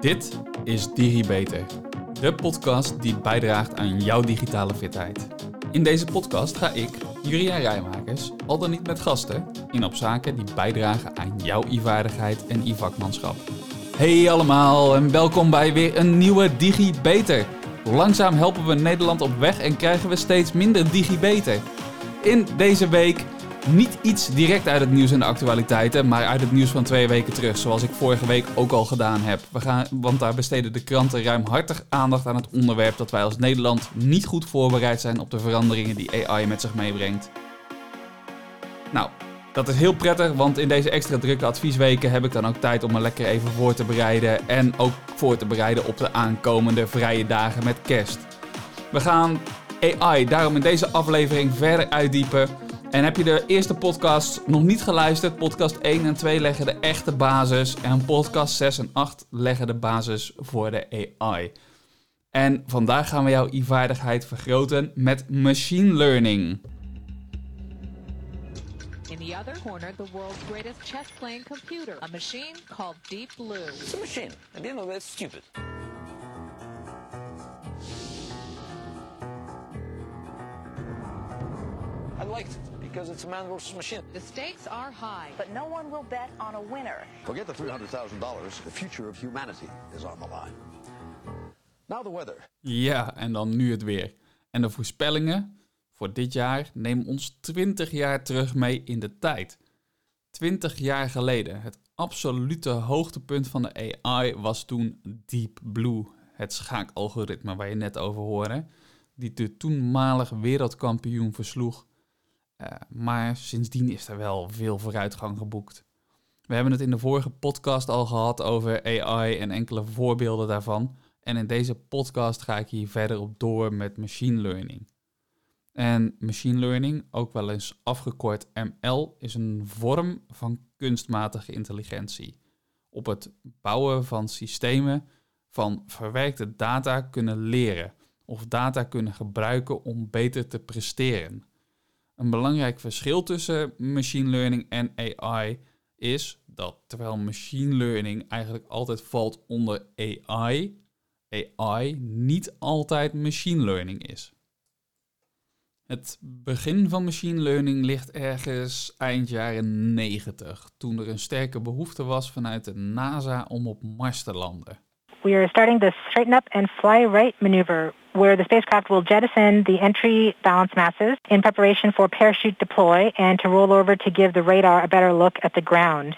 Dit is DigiBeter, de podcast die bijdraagt aan jouw digitale fitheid. In deze podcast ga ik, Juriaan Rijmakers, al dan niet met gasten, in op zaken die bijdragen aan jouw e-vaardigheid en e-vakmanschap. Hey allemaal en welkom bij weer een nieuwe DigiBeter. Langzaam helpen we Nederland op weg en krijgen we steeds minder DigiBeter. In deze week niet iets direct uit het nieuws en de actualiteiten, maar uit het nieuws van 2 weken terug, zoals ik vorige week ook al gedaan heb. Want daar besteden de kranten ruimhartig aandacht aan het onderwerp dat wij als Nederland niet goed voorbereid zijn op de veranderingen die AI met zich meebrengt. Nou, dat is heel prettig, want in deze extra drukke adviesweken heb ik dan ook tijd om me lekker even voor te bereiden en ook voor te bereiden op de aankomende vrije dagen met kerst. We gaan AI daarom in deze aflevering verder uitdiepen. En heb je de eerste podcast nog niet geluisterd, podcast 1 en 2 leggen de echte basis en podcast 6 en 8 leggen de basis voor de AI. En vandaag gaan we jouw e-vaardigheid vergroten met machine learning. In the other corner, the world's greatest chess-playing computer, a machine called Deep Blue. It's a machine. At the end of it, it's stupid. I liked it because it's a man versus machine. The stakes are high. But no one will bet on a winner. Forget the $300,000. The future of humanity is on the line. Now the weather. Ja, en dan nu het weer. En de voorspellingen voor dit jaar nemen ons 20 jaar terug mee in de tijd. 20 jaar geleden, het absolute hoogtepunt van de AI was toen Deep Blue, het schaakalgoritme waar je net over hoorde, die de toenmalig wereldkampioen versloeg. Maar sindsdien is er wel veel vooruitgang geboekt. We hebben het in de vorige podcast al gehad over AI en enkele voorbeelden daarvan. En in deze podcast ga ik hier verder op door met machine learning. En machine learning, ook wel eens afgekort ML, is een vorm van kunstmatige intelligentie. Op het bouwen van systemen van verwerkte data kunnen leren of data kunnen gebruiken om beter te presteren. Een belangrijk verschil tussen machine learning en AI is dat terwijl machine learning eigenlijk altijd valt onder AI niet altijd machine learning is. Het begin van machine learning ligt ergens eind jaren 90, toen er een sterke behoefte was vanuit de NASA om op Mars te landen. We are starting the straighten up and fly right maneuver, where the spacecraft will jettison the entry balance masses in preparation for parachute deploy and to roll over to give the radar a better look at the ground.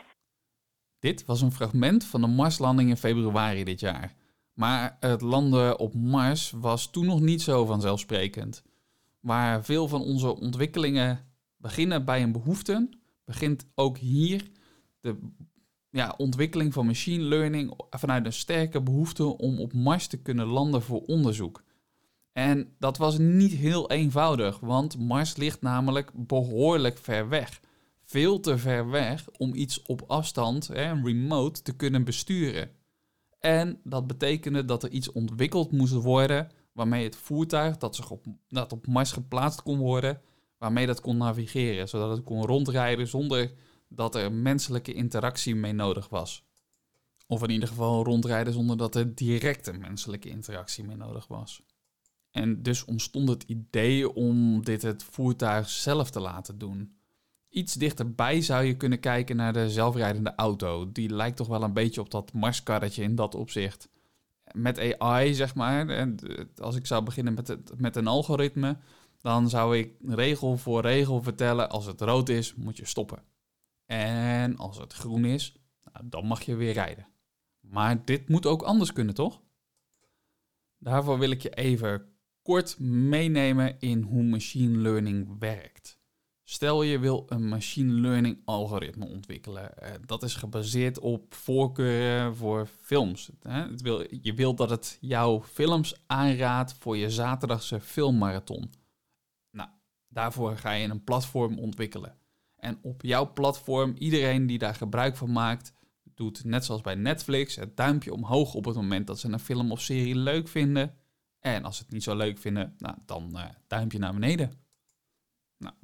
Dit was een fragment van de Marslanding in februari dit jaar. Maar het landen op Mars was toen nog niet zo vanzelfsprekend. Waar veel van onze ontwikkelingen beginnen bij een behoefte, begint ook hier de ontwikkeling van machine learning vanuit een sterke behoefte om op Mars te kunnen landen voor onderzoek. En dat was niet heel eenvoudig, want Mars ligt namelijk behoorlijk ver weg. Veel te ver weg om iets op afstand, remote, te kunnen besturen. En dat betekende dat er iets ontwikkeld moest worden waarmee het voertuig dat op Mars geplaatst kon worden, waarmee dat kon navigeren, zodat het kon rondrijden zonder dat er menselijke interactie mee nodig was. Of in ieder geval rondrijden zonder dat er directe menselijke interactie mee nodig was. En dus ontstond het idee om dit het voertuig zelf te laten doen. Iets dichterbij zou je kunnen kijken naar de zelfrijdende auto. Die lijkt toch wel een beetje op dat Marskarretje in dat opzicht. Met AI, zeg maar, en als ik zou beginnen met een algoritme, dan zou ik regel voor regel vertellen: als het rood is, moet je stoppen. En als het groen is, dan mag je weer rijden. Maar dit moet ook anders kunnen, toch? Daarvoor wil ik je even kort meenemen in hoe machine learning werkt. Stel je wil een machine learning algoritme ontwikkelen. Dat is gebaseerd op voorkeuren voor films. Je wilt dat het jouw films aanraadt voor je zaterdagse filmmarathon. Nou, daarvoor ga je een platform ontwikkelen. En op jouw platform, iedereen die daar gebruik van maakt, doet net zoals bij Netflix het duimpje omhoog op het moment dat ze een film of serie leuk vinden. En als ze het niet zo leuk vinden, dan duimpje naar beneden. Nou,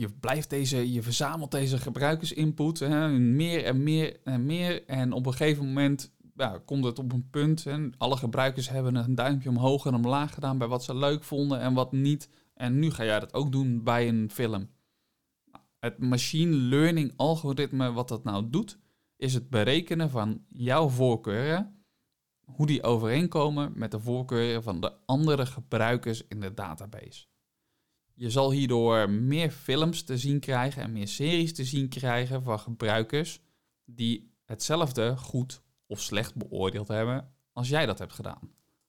je verzamelt deze gebruikersinput, meer en meer en meer. En op een gegeven moment komt het op een punt. En alle gebruikers hebben een duimpje omhoog en omlaag gedaan bij wat ze leuk vonden en wat niet. En nu ga jij dat ook doen bij een film. Het machine learning algoritme, wat dat nou doet, is het berekenen van jouw voorkeuren, hoe die overeenkomen met de voorkeuren van de andere gebruikers in de database. Je zal hierdoor meer films te zien krijgen en meer series te zien krijgen van gebruikers die hetzelfde goed of slecht beoordeeld hebben als jij dat hebt gedaan.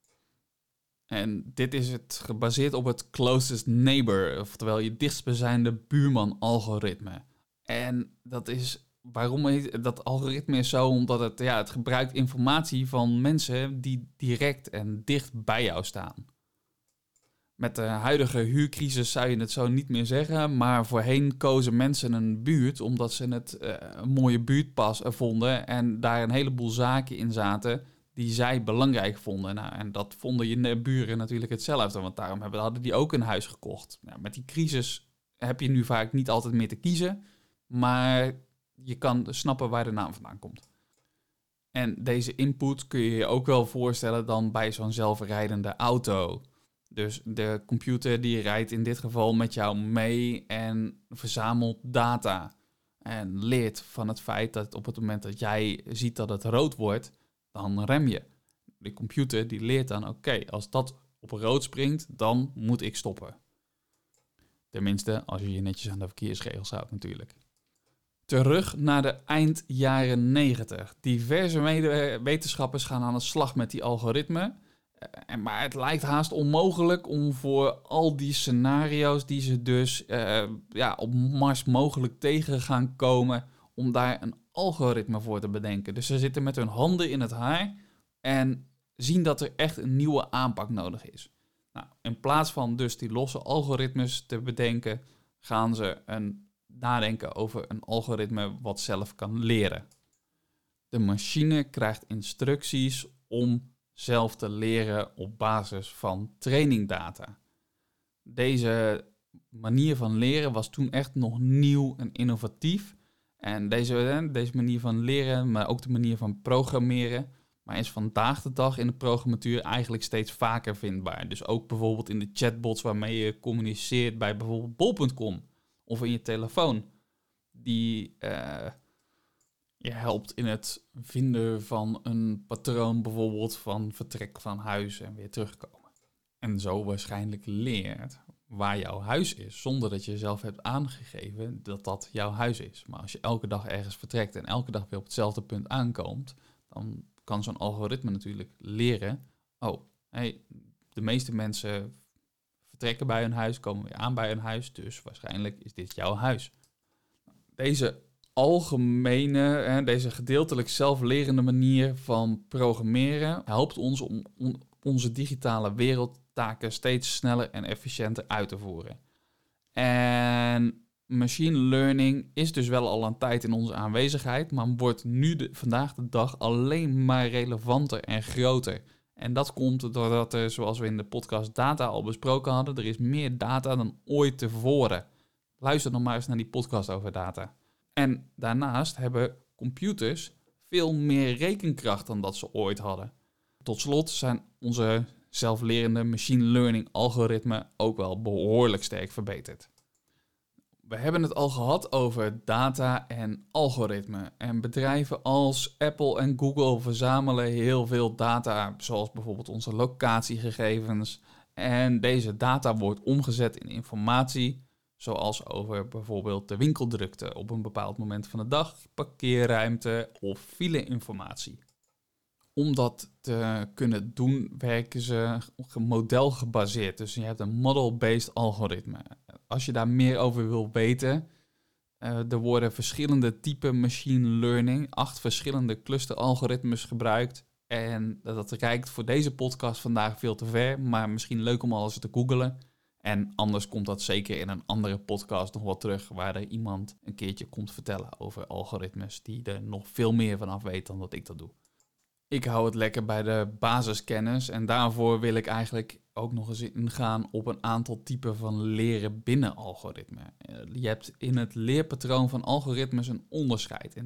En dit is het gebaseerd op het closest neighbor, oftewel je dichtstbijzijnde buurman algoritme. En dat is, waarom heet dat algoritme is zo? Omdat het gebruikt informatie van mensen die direct en dicht bij jou staan. Met de huidige huurcrisis zou je het zo niet meer zeggen, maar voorheen kozen mensen een buurt omdat ze het een mooie buurtpas vonden en daar een heleboel zaken in zaten die zij belangrijk vonden. Nou, en dat vonden je buren natuurlijk hetzelfde, want daarom hadden die ook een huis gekocht. Nou, met die crisis heb je nu vaak niet altijd meer te kiezen, maar je kan snappen waar de naam vandaan komt. En deze input kun je je ook wel voorstellen dan bij zo'n zelfrijdende auto. Dus de computer die rijdt in dit geval met jou mee en verzamelt data. En leert van het feit dat op het moment dat jij ziet dat het rood wordt, dan rem je. De computer die leert dan, oké, als dat op rood springt, dan moet ik stoppen. Tenminste, als je je netjes aan de verkeersregels houdt natuurlijk. Terug naar de eind jaren 90. Diverse wetenschappers gaan aan de slag met die algoritmen. Maar het lijkt haast onmogelijk om voor al die scenario's die ze dus op Mars mogelijk tegen gaan komen, om daar een algoritme voor te bedenken. Dus ze zitten met hun handen in het haar en zien dat er echt een nieuwe aanpak nodig is. Nou, in plaats van dus die losse algoritmes te bedenken, gaan ze nadenken over een algoritme wat zelf kan leren. De machine krijgt instructies om zelf te leren op basis van trainingdata. Deze manier van leren was toen echt nog nieuw en innovatief. En deze manier van leren, maar ook de manier van programmeren, maar is vandaag de dag in de programmatuur eigenlijk steeds vaker vindbaar. Dus ook bijvoorbeeld in de chatbots waarmee je communiceert bij bijvoorbeeld bol.com of in je telefoon. Die je helpt in het vinden van een patroon, bijvoorbeeld van vertrek van huis en weer terugkomen. En zo waarschijnlijk leert waar jouw huis is, zonder dat je zelf hebt aangegeven dat dat jouw huis is. Maar als je elke dag ergens vertrekt en elke dag weer op hetzelfde punt aankomt, dan kan zo'n algoritme natuurlijk leren, de meeste mensen vertrekken bij hun huis, komen weer aan bij hun huis, dus waarschijnlijk is dit jouw huis. Deze algemene, deze gedeeltelijk zelflerende manier van programmeren helpt ons om onze digitale wereldtaken steeds sneller en efficiënter uit te voeren. En machine learning is dus wel al een tijd in onze aanwezigheid, maar wordt nu vandaag de dag alleen maar relevanter en groter. En dat komt doordat er, zoals we in de podcast data al besproken hadden, er is meer data dan ooit tevoren. Luister nog maar eens naar die podcast over data. En daarnaast hebben computers veel meer rekenkracht dan dat ze ooit hadden. Tot slot zijn onze zelflerende machine learning algoritmen ook wel behoorlijk sterk verbeterd. We hebben het al gehad over data en algoritmen. En bedrijven als Apple en Google verzamelen heel veel data, zoals bijvoorbeeld onze locatiegegevens. En deze data wordt omgezet in informatie, zoals over bijvoorbeeld de winkeldrukte op een bepaald moment van de dag, parkeerruimte of file-informatie. Om dat te kunnen doen, werken ze modelgebaseerd. Dus je hebt een model-based algoritme. Als je daar meer over wil weten, er worden verschillende typen machine learning, 8 verschillende clusteralgoritmes gebruikt. En dat reikt voor deze podcast vandaag veel te ver, maar misschien leuk om alles te googlen. En anders komt dat zeker in een andere podcast nog wel terug, waar er iemand een keertje komt vertellen over algoritmes die er nog veel meer van af weet dan dat ik dat doe. Ik hou het lekker bij de basiskennis en daarvoor wil ik eigenlijk ook nog eens ingaan op een aantal typen van leren binnen algoritmen. Je hebt in het leerpatroon van algoritmes een onderscheid. En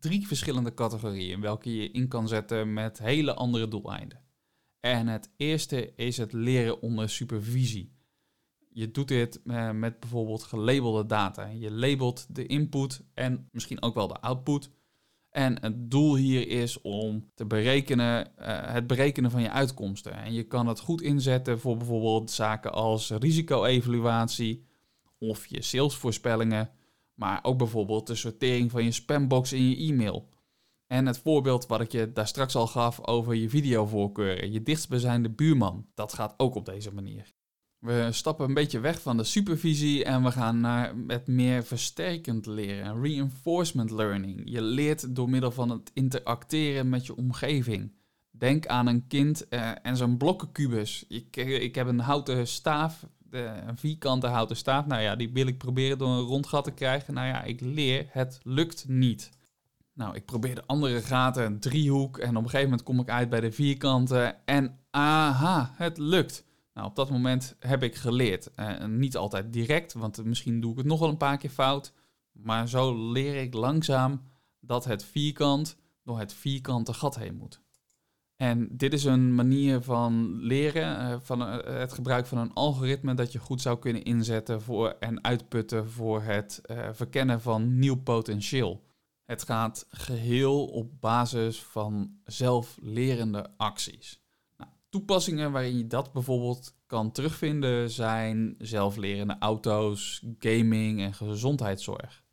3 verschillende categorieën welke je in kan zetten met hele andere doeleinden. En het eerste is het leren onder supervisie. Je doet dit met bijvoorbeeld gelabelde data. Je labelt de input en misschien ook wel de output. En het doel hier is om te berekenen, het berekenen van je uitkomsten. En je kan het goed inzetten voor bijvoorbeeld zaken als risico-evaluatie of je salesvoorspellingen. Maar ook bijvoorbeeld de sortering van je spambox in je e-mail. En het voorbeeld wat ik je daar straks al gaf over je videovoorkeuren, je dichtstbijzijnde buurman, dat gaat ook op deze manier. We stappen een beetje weg van de supervisie en we gaan naar het meer versterkend leren, reinforcement learning. Je leert door middel van het interacteren met je omgeving. Denk aan een kind en zijn blokkenkubus. Ik heb een houten staaf, een vierkante houten staaf. Nou ja, die wil ik proberen door een rond gat te krijgen. Nou ja, ik leer, het lukt niet. Nou, ik probeer de andere gaten, een driehoek en op een gegeven moment kom ik uit bij de vierkante en aha, het lukt. Nou, op dat moment heb ik geleerd. Niet altijd direct, want misschien doe ik het nog wel een paar keer fout. Maar zo leer ik langzaam dat het vierkant door het vierkante gat heen moet. En dit is een manier van leren, van het gebruik van een algoritme dat je goed zou kunnen inzetten voor en uitputten voor het verkennen van nieuw potentieel. Het gaat geheel op basis van zelflerende acties. Toepassingen waarin je dat bijvoorbeeld kan terugvinden zijn zelflerende auto's, gaming en gezondheidszorg.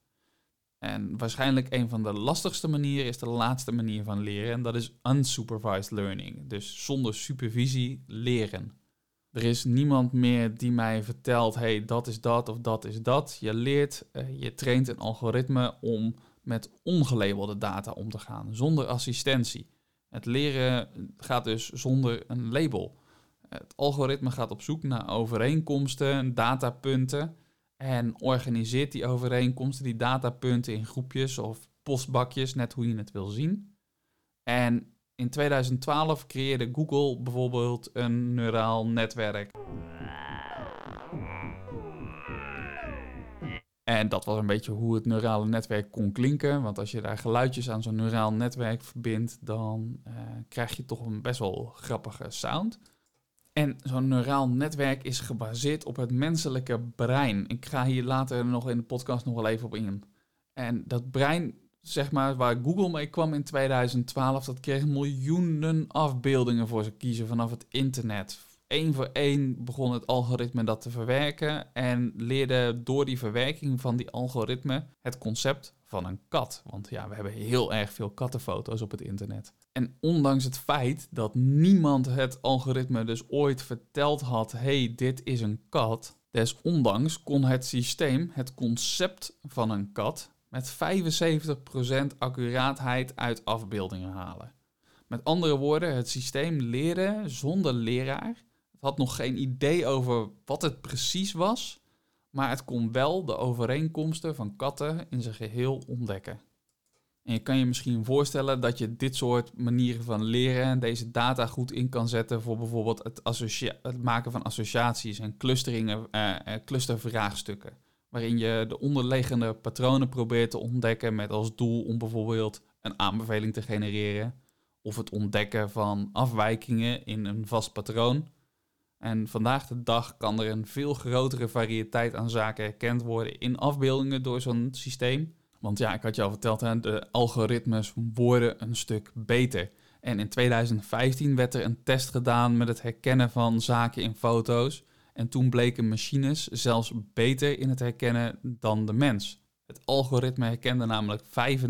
En waarschijnlijk een van de lastigste manieren is de laatste manier van leren en dat is unsupervised learning, dus zonder supervisie leren. Er is niemand meer die mij vertelt, hey, dat is dat of dat is dat. Je leert, je traint een algoritme om met ongelabelde data om te gaan, zonder assistentie. Het leren gaat dus zonder een label. Het algoritme gaat op zoek naar overeenkomsten, datapunten en organiseert die overeenkomsten, die datapunten in groepjes of postbakjes, net hoe je het wil zien. En in 2012 creëerde Google bijvoorbeeld een neuraal netwerk. En dat was een beetje hoe het neurale netwerk kon klinken. Want als je daar geluidjes aan zo'n neuraal netwerk verbindt, dan krijg je toch een best wel grappige sound. En zo'n neuraal netwerk is gebaseerd op het menselijke brein. Ik ga hier later nog in de podcast nog wel even op in. En dat brein, zeg maar, waar Google mee kwam in 2012, dat kreeg miljoenen afbeeldingen voor ze kiezen vanaf het internet. 1 voor 1 begon het algoritme dat te verwerken en leerde door die verwerking van die algoritme het concept van een kat. Want ja, we hebben heel erg veel kattenfoto's op het internet. En ondanks het feit dat niemand het algoritme dus ooit verteld had, hey, dit is een kat, desondanks kon het systeem het concept van een kat met 75% accuraatheid uit afbeeldingen halen. Met andere woorden, het systeem leerde zonder leraar. Het had nog geen idee over wat het precies was, maar het kon wel de overeenkomsten van katten in zijn geheel ontdekken. En je kan je misschien voorstellen dat je dit soort manieren van leren en deze data goed in kan zetten voor bijvoorbeeld het maken van associaties en clustervraagstukken. Waarin je de onderliggende patronen probeert te ontdekken met als doel om bijvoorbeeld een aanbeveling te genereren of het ontdekken van afwijkingen in een vast patroon. En vandaag de dag kan er een veel grotere variëteit aan zaken herkend worden in afbeeldingen door zo'n systeem. Want ja, ik had je al verteld, hè, de algoritmes worden een stuk beter. En in 2015 werd er een test gedaan met het herkennen van zaken in foto's. En toen bleken machines zelfs beter in het herkennen dan de mens. Het algoritme herkende namelijk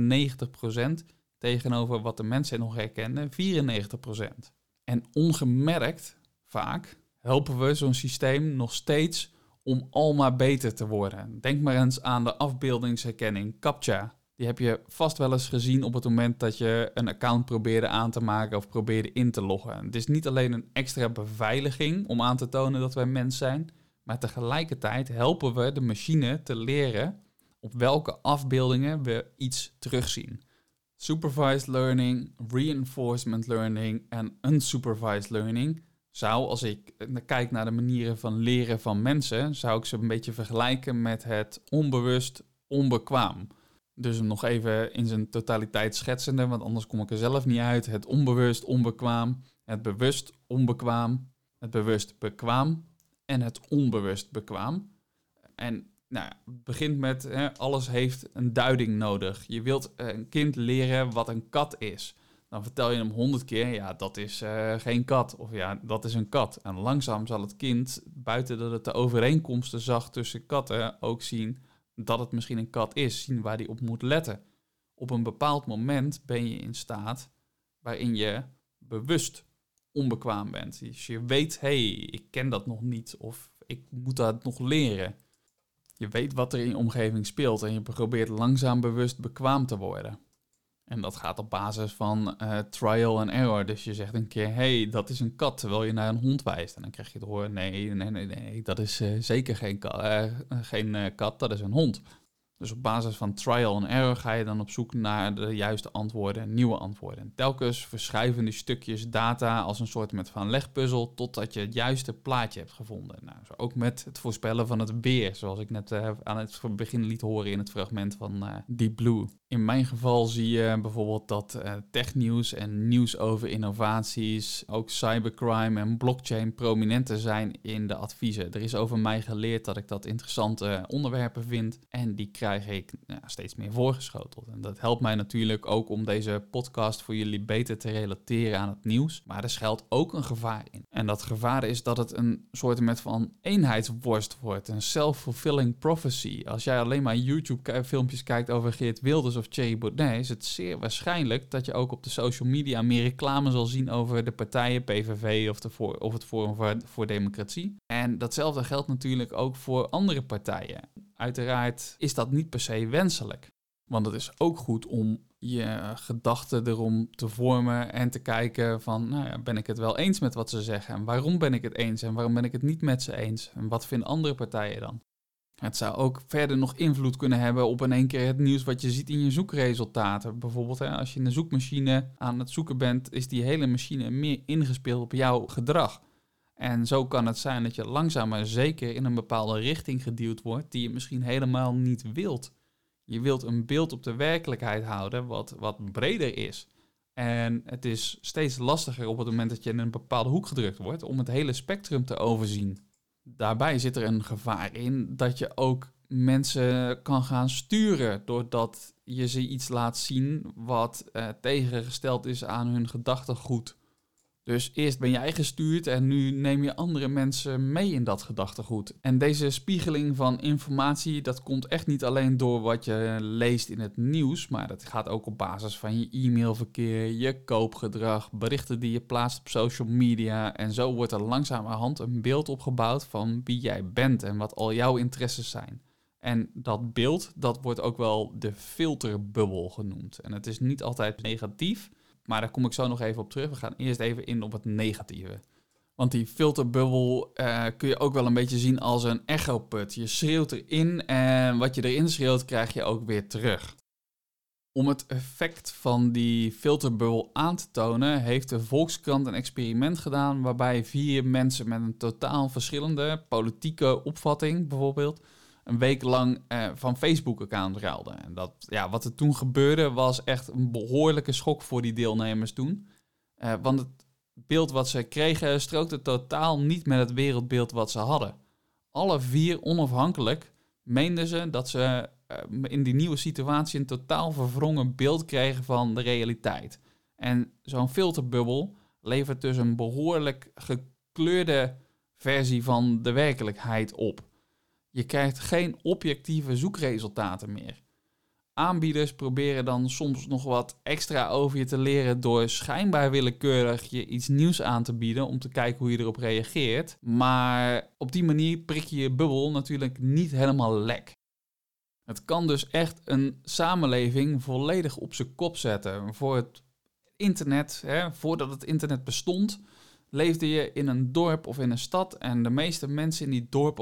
95% tegenover wat de mensen nog herkenden, 94%. En ongemerkt, vaak, helpen we zo'n systeem nog steeds om al maar beter te worden. Denk maar eens aan de afbeeldingsherkenning, CAPTCHA. Die heb je vast wel eens gezien op het moment dat je een account probeerde aan te maken of probeerde in te loggen. Het is niet alleen een extra beveiliging om aan te tonen dat wij mens zijn, maar tegelijkertijd helpen we de machine te leren op welke afbeeldingen we iets terugzien. Supervised learning, reinforcement learning en unsupervised learning zou, als ik kijk naar de manieren van leren van mensen, zou ik ze een beetje vergelijken met het onbewust onbekwaam. Dus hem nog even in zijn totaliteit schetsende, want anders kom ik er zelf niet uit. Het onbewust onbekwaam, het bewust onbekwaam, het bewust bekwaam en het onbewust bekwaam. En het begint met alles heeft een duiding nodig. Je wilt een kind leren wat een kat is. Dan vertel je hem 100 keer, ja, dat is geen kat. Of ja, dat is een kat. En langzaam zal het kind, buiten dat het de overeenkomsten zag tussen katten, ook zien dat het misschien een kat is. Zien waar hij op moet letten. Op een bepaald moment ben je in staat waarin je bewust onbekwaam bent. Dus je weet, ik ken dat nog niet. Of ik moet dat nog leren. Je weet wat er in je omgeving speelt en je probeert langzaam bewust bekwaam te worden. En dat gaat op basis van trial and error. Dus je zegt een keer, dat is een kat, terwijl je naar een hond wijst. En dan krijg je te horen, nee, dat is zeker geen kat, dat is een hond. Dus op basis van trial and error ga je dan op zoek naar de juiste antwoorden, nieuwe antwoorden. En telkens verschuiven die stukjes data als een soort van legpuzzel totdat je het juiste plaatje hebt gevonden. Nou, zo ook met het voorspellen van het weer, zoals ik net aan het begin liet horen in het fragment van Deep Blue. In mijn geval zie je bijvoorbeeld dat technieuws en nieuws over innovaties, ook cybercrime en blockchain prominenter zijn in de adviezen. Er is over mij geleerd dat ik dat interessante onderwerpen vind en die krijg ik steeds meer voorgeschoteld. En dat helpt mij natuurlijk ook om deze podcast voor jullie beter te relateren aan het nieuws. Maar er schuilt ook een gevaar in. En dat gevaar is dat het een soort van eenheidsworst wordt. Een self-fulfilling prophecy. Als jij alleen maar YouTube-filmpjes kijkt over Geert Wilders of Thierry Baudet, is het zeer waarschijnlijk dat je ook op de social media meer reclame zal zien over de partijen PVV of het Forum voor Democratie. En datzelfde geldt natuurlijk ook voor andere partijen. Uiteraard is dat niet per se wenselijk. Want het is ook goed om je gedachten erom te vormen en te kijken van, ben ik het wel eens met wat ze zeggen? En waarom ben ik het eens en waarom ben ik het niet met ze eens? En wat vinden andere partijen dan? Het zou ook verder nog invloed kunnen hebben op in één keer het nieuws wat je ziet in je zoekresultaten. Bijvoorbeeld als je in een zoekmachine aan het zoeken bent, is die hele machine meer ingespeeld op jouw gedrag. En zo kan het zijn dat je langzaam maar zeker in een bepaalde richting geduwd wordt die je misschien helemaal niet wilt. Je wilt een beeld op de werkelijkheid houden wat breder is. En het is steeds lastiger op het moment dat je in een bepaalde hoek gedrukt wordt om het hele spectrum te overzien. Daarbij zit er een gevaar in dat je ook mensen kan gaan sturen doordat je ze iets laat zien wat tegengesteld is aan hun gedachtegoed. Dus eerst ben jij gestuurd en nu neem je andere mensen mee in dat gedachtegoed. En deze spiegeling van informatie, dat komt echt niet alleen door wat je leest in het nieuws, maar dat gaat ook op basis van je e-mailverkeer, je koopgedrag, berichten die je plaatst op social media. En zo wordt er langzamerhand een beeld opgebouwd van wie jij bent en wat al jouw interesses zijn. En dat beeld, dat wordt ook wel de filterbubbel genoemd. En het is niet altijd negatief, maar daar kom ik zo nog even op terug. We gaan eerst even in op het negatieve. Want die filterbubbel kun je ook wel een beetje zien als een echoput. Je schreeuwt erin en wat je erin schreeuwt krijg je ook weer terug. Om het effect van die filterbubbel aan te tonen, heeft de Volkskrant een experiment gedaan waarbij 4 mensen met een totaal verschillende politieke opvatting bijvoorbeeld een week lang van Facebook-account ruilden. En wat er toen gebeurde was echt een behoorlijke schok voor die deelnemers toen. Want het beeld wat ze kregen strookte totaal niet met het wereldbeeld wat ze hadden. Alle 4 onafhankelijk meenden ze dat ze in die nieuwe situatie een totaal verwrongen beeld kregen van de realiteit. En zo'n filterbubbel levert dus een behoorlijk gekleurde versie van de werkelijkheid op. Je krijgt geen objectieve zoekresultaten meer. Aanbieders proberen dan soms nog wat extra over je te leren door schijnbaar willekeurig je iets nieuws aan te bieden om te kijken hoe je erop reageert. Maar op die manier prik je je bubbel natuurlijk niet helemaal lek. Het kan dus echt een samenleving volledig op zijn kop zetten. Voor het internet, voordat het internet bestond, leefde je in een dorp of in een stad en de meeste mensen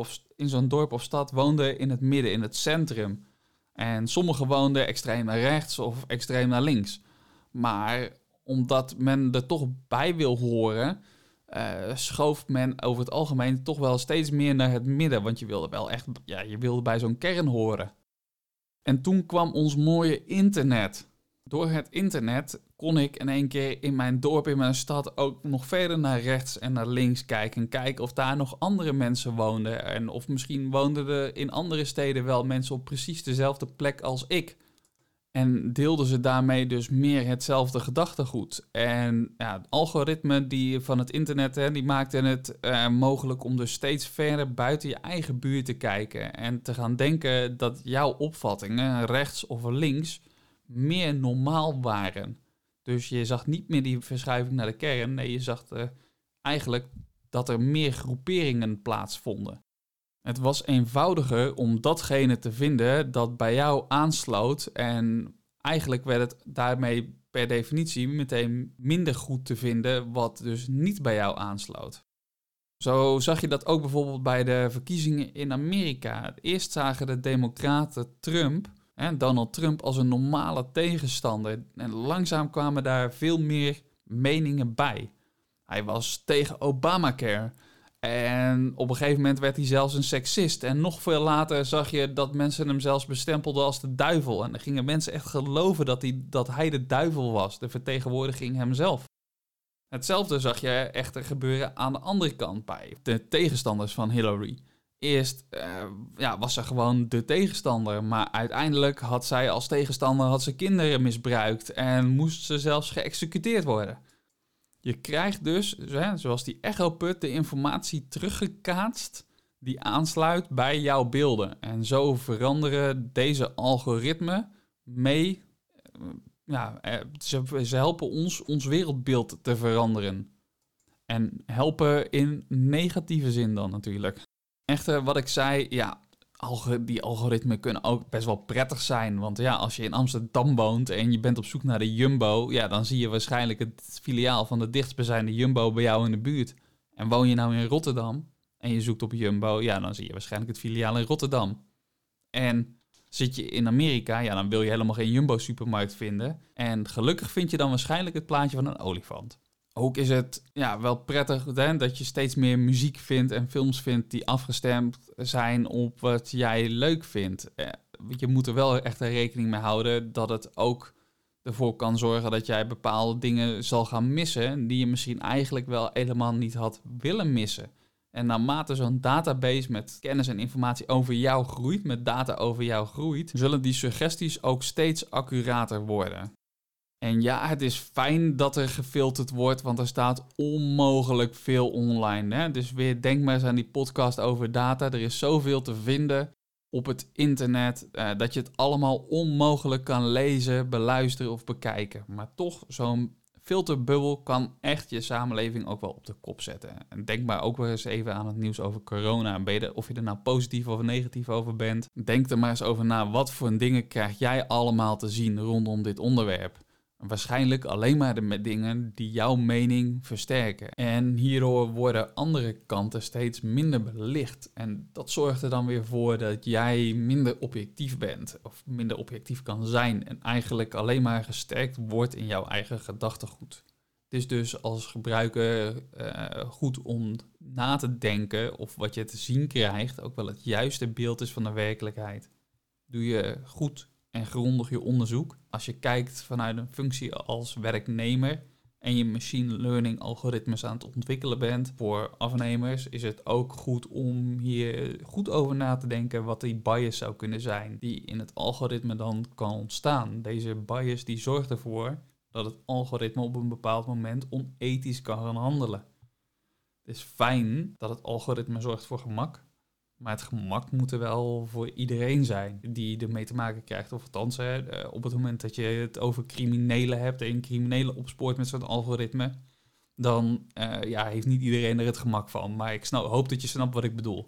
in zo'n dorp of stad woonden in het midden, in het centrum. En sommigen woonden extreem naar rechts of extreem naar links. Maar omdat men er toch bij wil horen, schoof men over het algemeen toch wel steeds meer naar het midden. Want je wilde wel echt, je wilde bij zo'n kern horen. En toen kwam ons mooie internet. Door het internet kon ik in één keer in mijn dorp, in mijn stad ook nog verder naar rechts en naar links kijken. En kijken of daar nog andere mensen woonden. En of misschien woonden er in andere steden wel mensen op precies dezelfde plek als ik. En deelden ze daarmee dus meer hetzelfde gedachtegoed. En ja, het algoritme van het internet, die maakte het mogelijk om dus steeds verder buiten je eigen buurt te kijken. En te gaan denken dat jouw opvattingen, rechts of links, meer normaal waren. Dus je zag niet meer die verschuiving naar de kern. Nee, je zag eigenlijk dat er meer groeperingen plaatsvonden. Het was eenvoudiger om datgene te vinden dat bij jou aansloot. En eigenlijk werd het daarmee per definitie meteen minder goed te vinden wat dus niet bij jou aansloot. Zo zag je dat ook bijvoorbeeld bij de verkiezingen in Amerika. Eerst zagen de democraten Donald Trump als een normale tegenstander. En langzaam kwamen daar veel meer meningen bij. Hij was tegen Obamacare. En op een gegeven moment werd hij zelfs een seksist. En nog veel later zag je dat mensen hem zelfs bestempelden als de duivel. En dan gingen mensen echt geloven dat hij de duivel was. De vertegenwoordiging hemzelf. Hetzelfde zag je echter gebeuren aan de andere kant bij de tegenstanders van Hillary. Eerst was ze gewoon de tegenstander, maar uiteindelijk had zij als tegenstander kinderen misbruikt en moest ze zelfs geëxecuteerd worden. Je krijgt dus, zoals die echoput, de informatie teruggekaatst die aansluit bij jouw beelden. En zo veranderen deze algoritmen mee. Ze helpen ons wereldbeeld te veranderen. En helpen in negatieve zin dan natuurlijk. Echter, wat ik zei, die algoritmen kunnen ook best wel prettig zijn. Want ja, als je in Amsterdam woont en je bent op zoek naar de Jumbo, dan zie je waarschijnlijk het filiaal van de dichtstbijzijnde Jumbo bij jou in de buurt. En woon je nou in Rotterdam en je zoekt op Jumbo, dan zie je waarschijnlijk het filiaal in Rotterdam. En zit je in Amerika, dan wil je helemaal geen Jumbo-supermarkt vinden. En gelukkig vind je dan waarschijnlijk het plaatje van een olifant. Ook is het wel prettig dat je steeds meer muziek vindt en films vindt die afgestemd zijn op wat jij leuk vindt. Je moet er wel echt rekening mee houden dat het ook ervoor kan zorgen dat jij bepaalde dingen zal gaan missen die je misschien eigenlijk wel helemaal niet had willen missen. En naarmate zo'n database met kennis en informatie over jou groeit, met data over jou groeit, zullen die suggesties ook steeds accurater worden. En ja, het is fijn dat er gefilterd wordt, want er staat onmogelijk veel online. Hè? Dus weer denk maar eens aan die podcast over data. Er is zoveel te vinden op het internet dat je het allemaal onmogelijk kan lezen, beluisteren of bekijken. Maar toch, zo'n filterbubbel kan echt je samenleving ook wel op de kop zetten. En denk maar ook weer eens even aan het nieuws over corona. Of je er nou positief of negatief over bent. Denk er maar eens over na, wat voor dingen krijg jij allemaal te zien rondom dit onderwerp? Waarschijnlijk alleen maar met dingen die jouw mening versterken. En hierdoor worden andere kanten steeds minder belicht. En dat zorgt er dan weer voor dat jij minder objectief bent. Of minder objectief kan zijn. En eigenlijk alleen maar gesterkt wordt in jouw eigen gedachtegoed. Het is dus als gebruiker goed om na te denken of wat je te zien krijgt ook wel het juiste beeld is van de werkelijkheid. Doe je goed en grondig je onderzoek. Als je kijkt vanuit een functie als werknemer en je machine learning algoritmes aan het ontwikkelen bent voor afnemers, is het ook goed om hier goed over na te denken wat die bias zou kunnen zijn die in het algoritme dan kan ontstaan. Deze bias die zorgt ervoor dat het algoritme op een bepaald moment onethisch kan gaan handelen. Het is fijn dat het algoritme zorgt voor gemak, maar het gemak moet er wel voor iedereen zijn die ermee te maken krijgt. Of althans, op het moment dat je het over criminelen hebt en criminelen opspoort met zo'n algoritme, dan heeft niet iedereen er het gemak van. Maar ik hoop dat je snapt wat ik bedoel.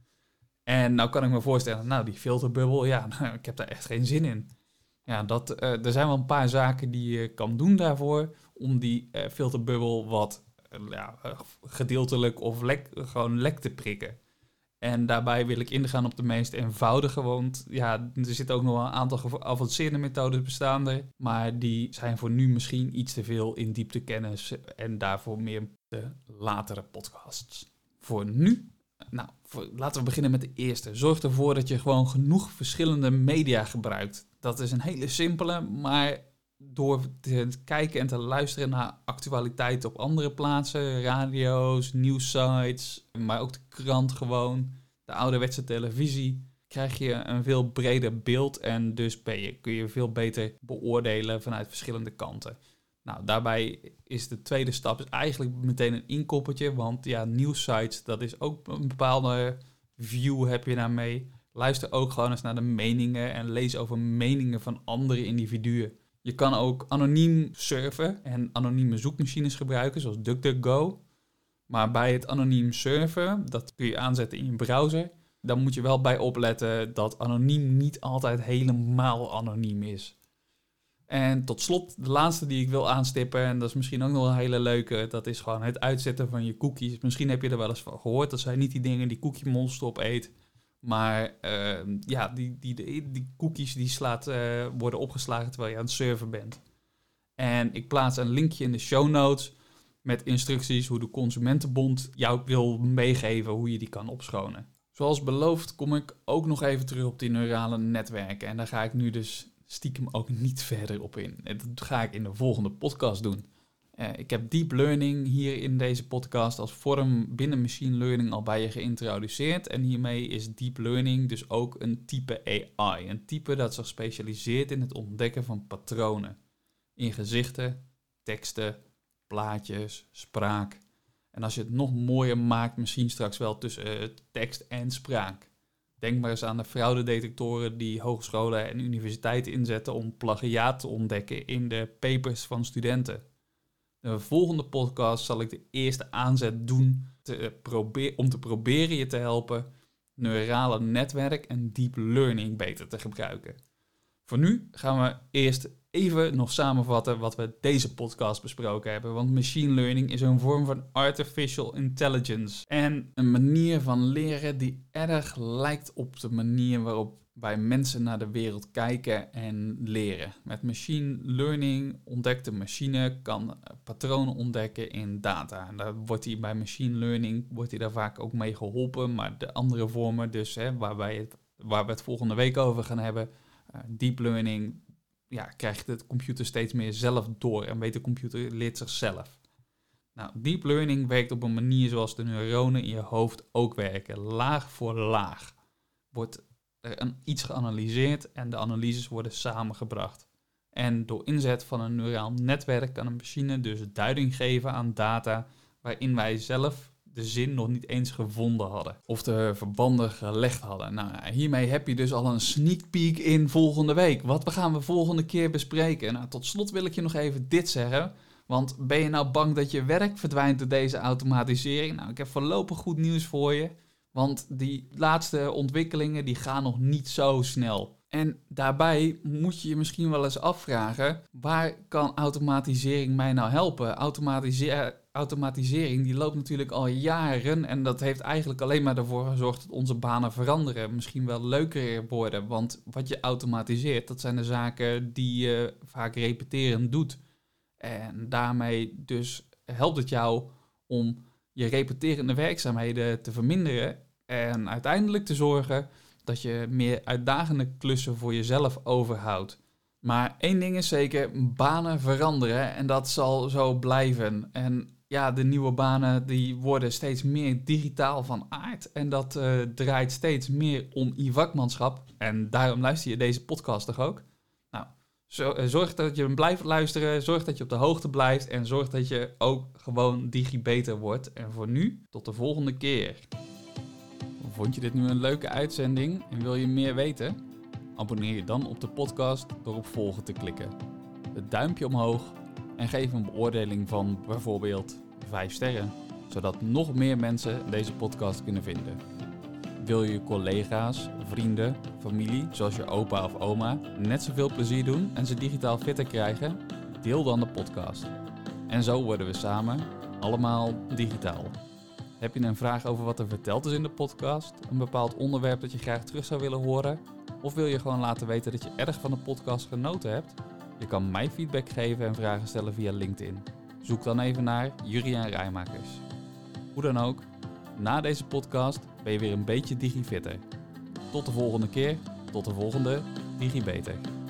En nou kan ik me voorstellen, die filterbubbel, ik heb daar echt geen zin in. Ja, er zijn wel een paar zaken die je kan doen daarvoor om die filterbubbel wat gedeeltelijk of gewoon lek te prikken. En daarbij wil ik ingaan op de meest eenvoudige, want er zitten ook nog wel een aantal geavanceerde methodes bestaande, maar die zijn voor nu misschien iets te veel in dieptekennis en daarvoor meer de latere podcasts. Voor nu Nou, laten we beginnen met de eerste. Zorg ervoor dat je gewoon genoeg verschillende media gebruikt. Dat is een hele simpele, maar door te kijken en te luisteren naar actualiteiten op andere plaatsen, radio's, nieuwssites, maar ook de krant gewoon, de ouderwetse televisie, krijg je een veel breder beeld en dus kun je veel beter beoordelen vanuit verschillende kanten. Nou, daarbij is de tweede stap eigenlijk meteen een inkoppertje, want ja, nieuwssites, dat is ook een bepaalde view heb je daarmee. Luister ook gewoon eens naar de meningen en lees over meningen van andere individuen. Je kan ook anoniem surfen en anonieme zoekmachines gebruiken, zoals DuckDuckGo. Maar bij het anoniem surfen, dat kun je aanzetten in je browser. Dan moet je wel bij opletten dat anoniem niet altijd helemaal anoniem is. En tot slot, de laatste die ik wil aanstippen, en dat is misschien ook nog een hele leuke, dat is gewoon het uitzetten van je cookies. Misschien heb je er wel eens van gehoord, dat zijn niet die dingen die Cookie Monster opeet. Maar die cookies die worden opgeslagen terwijl je aan het surfen bent. En ik plaats een linkje in de show notes met instructies hoe de Consumentenbond jou wil meegeven hoe je die kan opschonen. Zoals beloofd kom ik ook nog even terug op die neurale netwerken. En daar ga ik nu dus stiekem ook niet verder op in. En dat ga ik in de volgende podcast doen. Ik heb deep learning hier in deze podcast als vorm binnen machine learning al bij je geïntroduceerd. En hiermee is deep learning dus ook een type AI. Een type dat zich specialiseert in het ontdekken van patronen. In gezichten, teksten, plaatjes, spraak. En als je het nog mooier maakt, misschien straks wel tussen tekst en spraak. Denk maar eens aan de fraudedetectoren die hogescholen en universiteiten inzetten om plagiaat te ontdekken in de papers van studenten. In de volgende podcast zal ik de eerste aanzet doen om te proberen je te helpen neurale netwerk en deep learning beter te gebruiken. Voor nu gaan we eerst even nog samenvatten wat we deze podcast besproken hebben. Want machine learning is een vorm van artificial intelligence. En een manier van leren die erg lijkt op de manier waarop wij mensen naar de wereld kijken en leren. Met machine learning ontdekt de machine, kan patronen ontdekken in data. En daar bij machine learning wordt hij daar vaak ook mee geholpen. Maar de andere vormen dus, waar we het volgende week over gaan hebben, deep learning, krijgt de computer steeds meer zelf door en weet de computer leert zichzelf. Nou, deep learning werkt op een manier zoals de neuronen in je hoofd ook werken. Laag voor laag wordt er iets geanalyseerd en de analyses worden samengebracht. En door inzet van een neuraal netwerk kan een machine dus duiding geven aan data waarin wij zelf de zin nog niet eens gevonden hadden. Of de verbanden gelegd hadden. Nou, hiermee heb je dus al een sneak peek in volgende week. Wat gaan we volgende keer bespreken? Nou, tot slot wil ik je nog even dit zeggen. Want ben je nou bang dat je werk verdwijnt door deze automatisering? Nou, ik heb voorlopig goed nieuws voor je. Want die laatste ontwikkelingen die gaan nog niet zo snel. En daarbij moet je je misschien wel eens afvragen, waar kan automatisering mij nou helpen? Automatisering die loopt natuurlijk al jaren en dat heeft eigenlijk alleen maar ervoor gezorgd dat onze banen veranderen. Misschien wel leuker worden, want wat je automatiseert, dat zijn de zaken die je vaak repeterend doet. En daarmee dus helpt het jou om je repeterende werkzaamheden te verminderen en uiteindelijk te zorgen dat je meer uitdagende klussen voor jezelf overhoudt. Maar één ding is zeker, banen veranderen en dat zal zo blijven. En ja, de nieuwe banen die worden steeds meer digitaal van aard en dat draait steeds meer om e-vakmanschap. En daarom luister je deze podcast toch ook? Nou, zorg dat je hem blijft luisteren, zorg dat je op de hoogte blijft en zorg dat je ook gewoon digibeter wordt. En voor nu, tot de volgende keer. Vond je dit nu een leuke uitzending en wil je meer weten? Abonneer je dan op de podcast door op volgen te klikken. Het duimpje omhoog en geef een beoordeling van bijvoorbeeld 5 sterren, zodat nog meer mensen deze podcast kunnen vinden. Wil je collega's, vrienden, familie, zoals je opa of oma, net zoveel plezier doen en ze digitaal fitter krijgen? Deel dan de podcast. En zo worden we samen allemaal digitaal. Heb je een vraag over wat er verteld is in de podcast? Een bepaald onderwerp dat je graag terug zou willen horen? Of wil je gewoon laten weten dat je erg van de podcast genoten hebt? Je kan mij feedback geven en vragen stellen via LinkedIn. Zoek dan even naar Juriaan Rijmakers. Hoe dan ook, Na deze podcast ben je weer een beetje digifitter. Tot de volgende keer, tot de volgende DigiBeter.